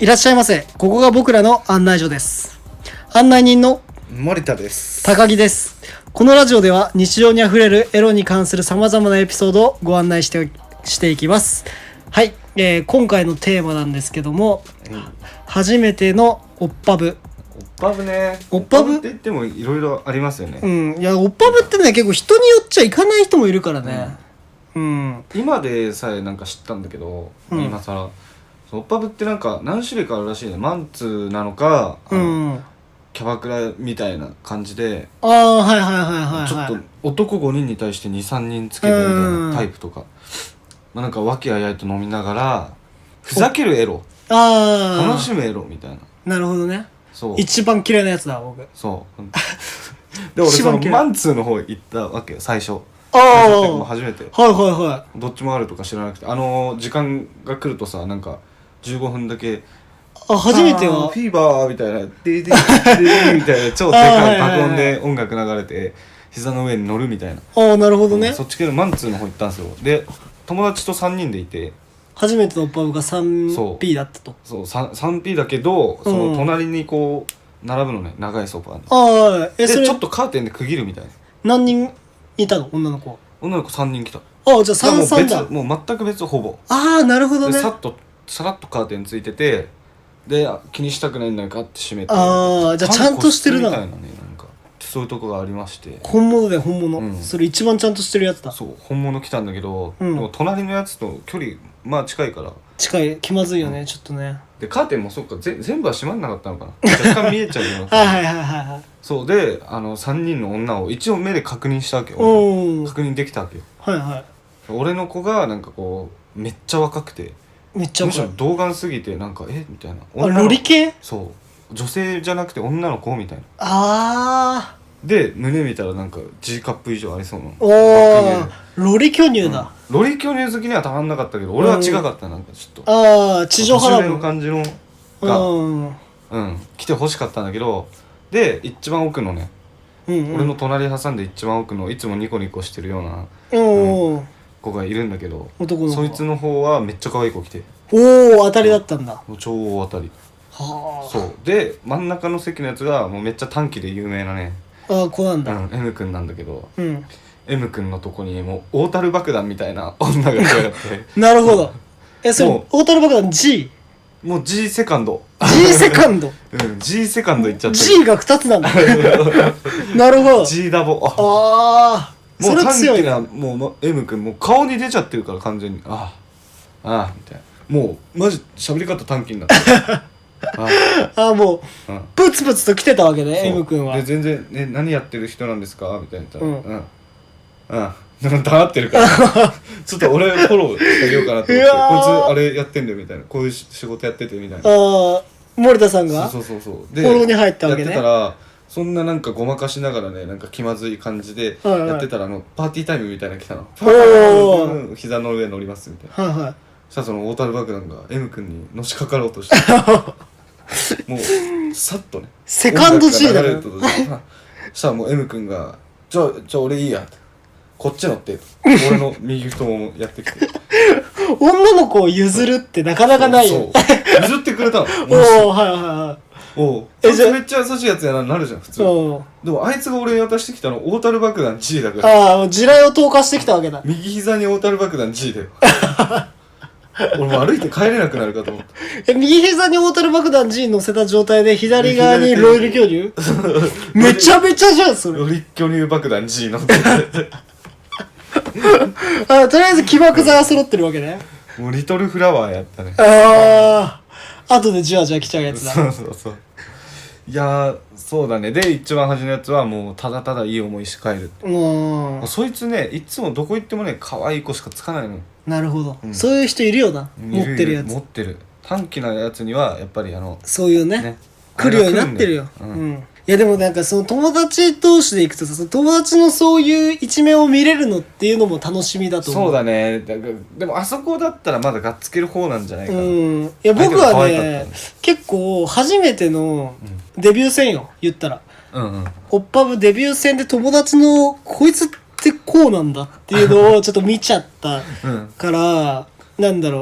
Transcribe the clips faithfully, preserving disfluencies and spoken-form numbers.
いらっしゃいませ。ここが僕らの案内所です。案内人の森田です。 高木です。このラジオでは日常にあふれるエロに関する様々なエピソードをご案内してしていきます。はい、えー、今回のテーマなんですけども、うん、初めてのオッパブ。 オッパブね。 オッパブって言ってもいろいろありますよね。 うん、いやオッパブってね結構人によっちゃいかない人もいるからね。うん。うん、 今でさえなんか知ったんだけど、うん、今更。オッパブってなんか何種類かあるらしいね。マンツーなのか、うん、キャバクラみたいな感じで、 ああはいはいはいはい、はい、 ちょっと男ごにんに対してにさんにんつけてみたいなタイプとか、まあ、なんか和気あいあいと飲みながらふざけるエロ、あ楽しむエロみたいな。 なるほどね。そう一番嫌いなやつだ僕。そうで俺そのマンツーの方行ったわけよ最初。ああ初めて。 はいはいはい。 どっちもあるとか知らなくて、あのー、時間が来るとさなんかじゅうごふんだけ、 あ初めてはフィーバーみたいなデーデーデーみたいな超でかい爆音で音楽流れて膝の上に乗るみたいな。 ああなるほどね。 そっち系のマンツーの方行ったんですよ。で友達とさんにんでいて、 初めてのオッパブが スリーピー だったと。 そう スリーピー だけどその隣にこう並ぶのね、長いソファーに。 ああえそれでちょっとカーテンで区切るみたいな。 何人いたの女の子。 女の子さんにん来た。 ああじゃあさんさんだ。 もう全く別ほぼ。 ああなるほどね。 でさっとさらっとカーテンついてて、で気にしたくないんだかって閉めて、 ああじゃあちゃんとしてるな。 みたいなね、なんかそういうとこがありまして。 本物で本物、うん、それ一番ちゃんとしてるやつだ。 そう本物来たんだけど、うん、でも隣のやつと距離まあ近いから近い気まずいよね、うん、ちょっとね。 でカーテンもそっかぜ全部は閉まんなかったのかな若干見えちゃうようなはいはいはいはい。 そうであのさんにんの女を一応目で確認したわけよ。確認できたわけよ。はいはい。俺の子がなんかこうめっちゃ若くて、 めっちゃむしろ童顔すぎてなんかえみたいな。 あロリ系。 そう女性じゃなくて女の子みたいな。 あーで胸見たらなんか G カップ以上ありそうなの。 おーロリ巨乳だ、 うん、ロリ巨乳好きにはたまんなかったけど俺は違かった。なんかちょっとああ地上波ラブの感じのがうんうん来てほしかったんだけど、で一番奥のね、うんうん、俺の隣挟んで一番奥のいつもニコニコしてるような、うん、子がいるんだけど、男の子そいつの方はめっちゃ可愛い子来て、 おお当たりだったんだ。 超当たり。はあ。そうで真ん中の席のやつがもうめっちゃ短期で有名なね、 ああ子なんだ、 うん、M 君なんだけど、うん、M 君のとこにもう大樽爆弾みたいな女が来やがってなるほど。えそれ大樽爆弾 G？ もう G セカンド G セカンドうん G セカンドいっちゃった。 G がふたつなんだなるほど G ダボ。 ああもう短期なもう M 君もう顔に出ちゃってるから完全にああああみたいな。もうマジ喋り方短期になってああもう、うん、プツプツと来てたわけね M 君は。 で全然、ね、何やってる人なんですかみたいな言ったらうんうんうん黙ってるからちょっと俺フォローしてあげようかなと思ってこいつあれやってんだよみたいな、こういう仕事やっててみたいな。ああ森田さんがそうそうそうそうでフォローに入ったわけね。 やってたらそんななんかごまかしながらねなんか気まずい感じでやってたら、はいはい、あのパーティータイムみたいなの来たの。おー膝の上乗りますみたいな。はいはい。そしたらその大樽爆弾が M 君にのしかかろうとしてもうさっとねセカンド G だね。 そしたらもう M 君がじゃあじゃあ俺いいやってこっち乗って俺の右太ももやってきて女の子を譲るってなかなかないよ。 そうそう譲ってくれたのおおはいはいはい。 おえじゃあめっちゃ優しいやつやななるじゃん普通。でもあいつが俺に渡してきたの大樽爆弾 G だから。 ああ地雷を投下してきたわけだ。 右膝に大樽爆弾 G だよ俺も歩いて帰れなくなるかと思った。 え右膝に大樽爆弾 G 乗せた状態で左側にロイル巨乳めちゃめちゃじゃんそれ。 ロリ巨乳爆弾 G 乗ってあとりあえず起爆剤は揃ってるわけね。 もうリトルフラワーやったね。 ああ後でじわじわ来ちゃうやつだ。 そうそうそう。いやそうだね。で一番端のやつはもうただただいい思いして帰るって。もうそいつねいつもどこ行ってもね可愛い子しかつかないの。 なるほど、うん、そういう人いるよな。持ってるやつ持ってる短気なやつにはやっぱりあのそういう ね, ね来るようになってるよ、うんうん、いやでもなんかその友達同士で行くとさ友達のそういう一面を見れるのっていうのも楽しみだと思う。 そうだね。だからでもあそこだったらまだがっつける方なんじゃないかな。うんいや僕はね結構初めてのデビュー戦よ言ったら、うんうん、オッパブデビュー戦で友達のこいつってこうなんだっていうのをちょっと見ちゃったから、うん、なんだろう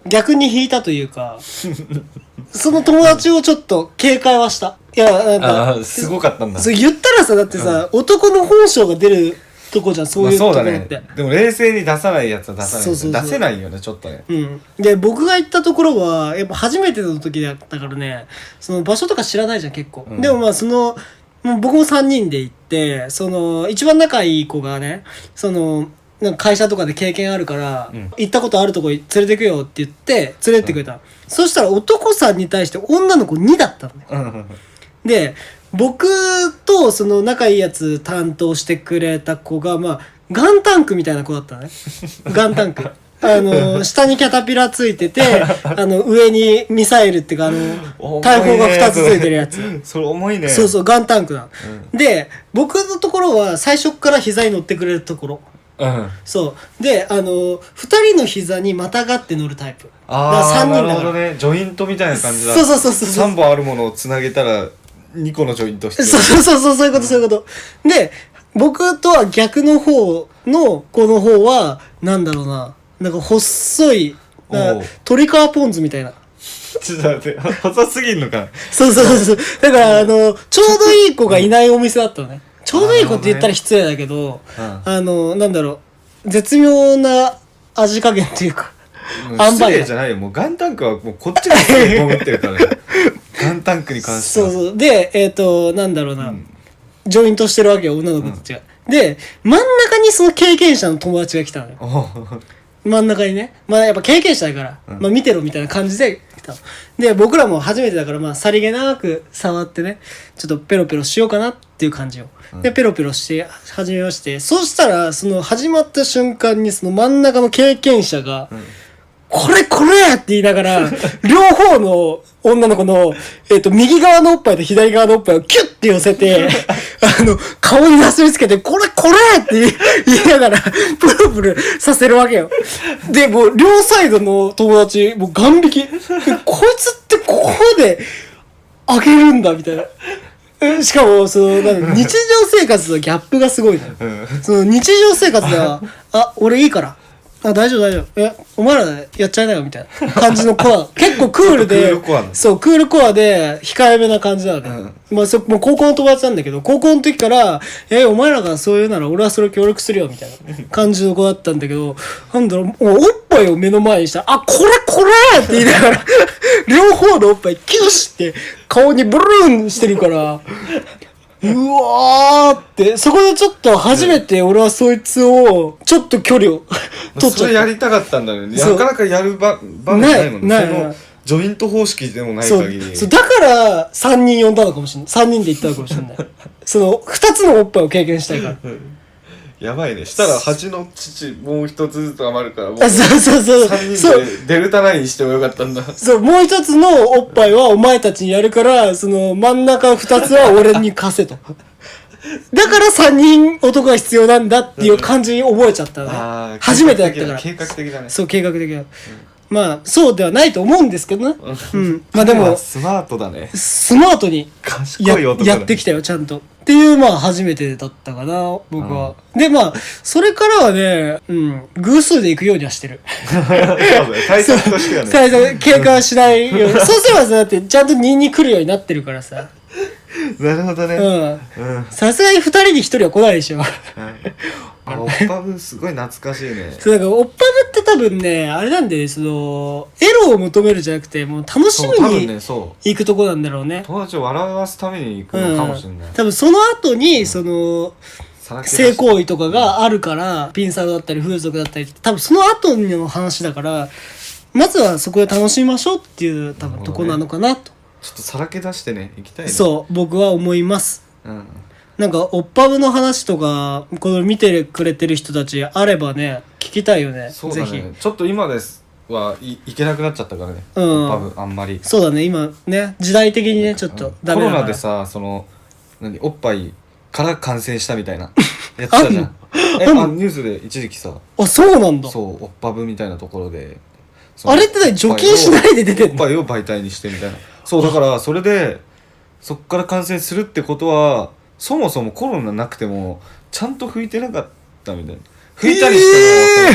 逆に引いたというかその友達をちょっと警戒はした。いやなんかあすごかったんだ。 そう言ったらさだってさ、うん、男の本性が出るとこじゃんそういうところって、まあそうだね、 でも冷静に出さないやつは出さない。そうそうそう、出せないよねちょっとね。 うんで僕が行ったところはやっぱ初めての時だったからねその場所とか知らないじゃん結構、うん、でもまあそのもう僕もさんにんで行ってその一番仲いい子がねそのなんか会社とかで経験あるから、うん、行ったことあるとこ連れてくよって言って連れてってくれた、うん、そしたら男さんに対して女の子にだったのね、うん、で僕とその仲いいやつ担当してくれた子がまあガンタンクみたいな子だったのねガンタンクあの下にキャタピラついててあの上にミサイルっていうかあの大砲がふたつついてるやつそれ重いね。 そうそうガンタンクなの、うん、で僕のところは最初から膝に乗ってくれるところ、うん、そうであのふたりの膝にまたがって乗るタイプ。 ああなるほどね。ジョイントみたいな感じだ。 そうそうそうそうさんぼんあるものをつなげたらにこのジョイントして。 そうそうそうそういうことそういうことで僕とは逆の方の子の方はなんだろうななんか細い鶏皮ポン酢みたいな。 ちょっと待って細すぎんのか。 そうそうそうだからあのちょうどいい子がいないお店だったのね。ちょうどいい子って言ったら失礼だけど、うん、あのなんだろう絶妙な味加減っていうか失礼じゃないよ。もうガンタンクはもうこっちがすごい潜ってるからねガンタンクに関しては。 そうそうでえっ、ー、となんだろうな、うん、ジョイントしてるわけよ女の子たちが、うん、で真ん中にその経験者の友達が来たのよ真ん中にねまあやっぱ経験者だから、うん、まあ見てろみたいな感じで来たので僕らも初めてだからまあさりげなく触ってねちょっとペロペロしようかなっていう感じをでペロペロして始めまして、そうしたらその始まった瞬間にその真ん中の経験者が、うん、これこれって言いながら両方の女の子の、えーと、右側のおっぱいと左側のおっぱいをキュッて寄せてあの顔になすりつけてこれこれって言いながらプルプルさせるわけよ。でもう両サイドの友達もうガン引きこいつってここであげるんだみたいな。しかもそのなんか日常生活のギャップがすごいの、うん、その日常生活ではあ俺いいからあ大丈夫大丈夫えお前らやっちゃいなよみたいな感じの子は結構クールでクールコアそうクールコアで控えめな感じなのね、うん、まあそもう高校の友達なんだけど高校の時からえお前らがそう言うなら俺はそれ協力するよみたいな感じの子だったんだけどなんだろうもうおっぱいを目の前にしたらあこれこれって言いながら両方のおっぱいキュッして顔にブルーンしてるからうわーってそこでちょっと初めて俺はそいつをちょっと距離を取っちゃった。 それやりたかったんだよね。なかなかやる場場がないもんね。ないないそのジョイント方式でもない限り。 そうそうだからさんにん呼んだのかもしれない。さんにんで行ったのかもしれないそのふたつのおっぱいを経験したいからやばいね。したらはちの父もう一つずつ余るからもうそうそうそうさんにんでデルタナインしてもよかったんだ。 そうもう一つのおっぱいはお前たちにやるからその真ん中ふたつは俺に貸せとだからさんにん男が必要なんだっていう感じに覚えちゃったね、うん、初めてだったから計画的だね。 そう計画的だ、うん、まあそうではないと思うんですけどね、うん、まあでもスマートだね。 スマートに賢い男だ、ね、 やってきたよちゃんとっていうまあ初めてだったかな僕は、うん、でまあそれからはね、うん、偶数で行くようにはしてるそうだね対策としてはね対策経過はしないようにそうすればさだってちゃんとにに来るようになってるからさなるほどね。 さすがにふたりにひとりは来ないでしょ、はい、 あオッパブすごい懐かしいね。 そうだからオッパブって多分ねあれなんで、ね、そのエロを求めるじゃなくてもう楽しみに行くとこなんだろうね。 友達を笑わすために行くのかもしれない、 うん、多分その後に、うん、その性行為とかがあるから、うん、ピンサロだったり風俗だったり多分その後の話だからまずはそこで楽しみましょうっていう多分とこなのかなと、 ちょっとさらけ出してね行きたいね。 そう僕は思います、うん、なんかオッパブの話とかこの見てくれてる人たちあればね聞きたいよね。 そうだね、ぜひちょっと今ですはいいけなくなっちゃったからね、 うん、 オッパブあんまり。 そうだね今ね時代的にねちょっとダメだから、 コロナでさその何おっぱいから感染したみたいなやってたじゃんえあニュースで一時期さあそうなんだそうオッパブみたいなところであれって何除菌しないで出てんの。 おっぱいを媒体にしてみたいな。そうだからそれでそっから感染するってことはそもそもコロナなくてもちゃんと拭いてなかったみたいな。拭いたりしても、えー、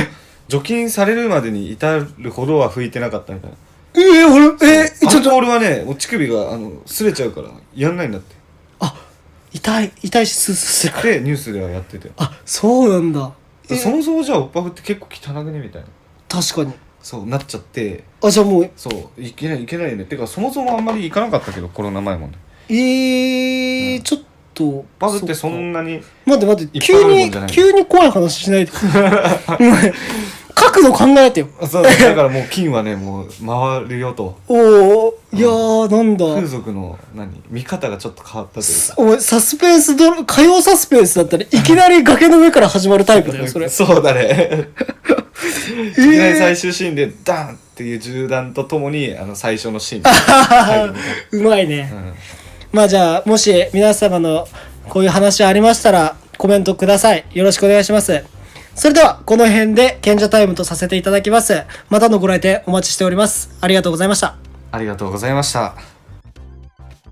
除菌されるまでに至るほどは拭いてなかったみたいな。 えー、俺えー、 ちょっと俺はね乳首があの擦れちゃうからやんないんだって。 あ、痛い痛いしスースーするでニュースではやってて、 あ、そうなんだ。 そもそもじゃあおっぱふって結構汚くねみたいな、 確かにそうなっちゃって、 あ、じゃあもうそういけないいけないねってかそもそもあんまり行かなかったけどコロナ前もね。 えー、 うん、 ちょっとバブってそんなに待って待って急に急に怖い話しないで角度考えてよ。 そうだからもう金はねもう回るよと。 おお、いやー、なんだ風俗の何見方がちょっと変わったというか、 お前サスペンスドラ火曜サスペンスだったらいきなり崖の上から始まるタイプだよそれそうだねいきなり最終シーンでダーンっていう銃弾とともにあの最初のシーン入るみたいなうまいね、 うん、 まあじゃあもし皆様のこういう話ありましたらコメントください。よろしくお願いします。それではこの辺で賢者タイムとさせていただきます。またのご来店お待ちしております。ありがとうございました。 ありがとうございました。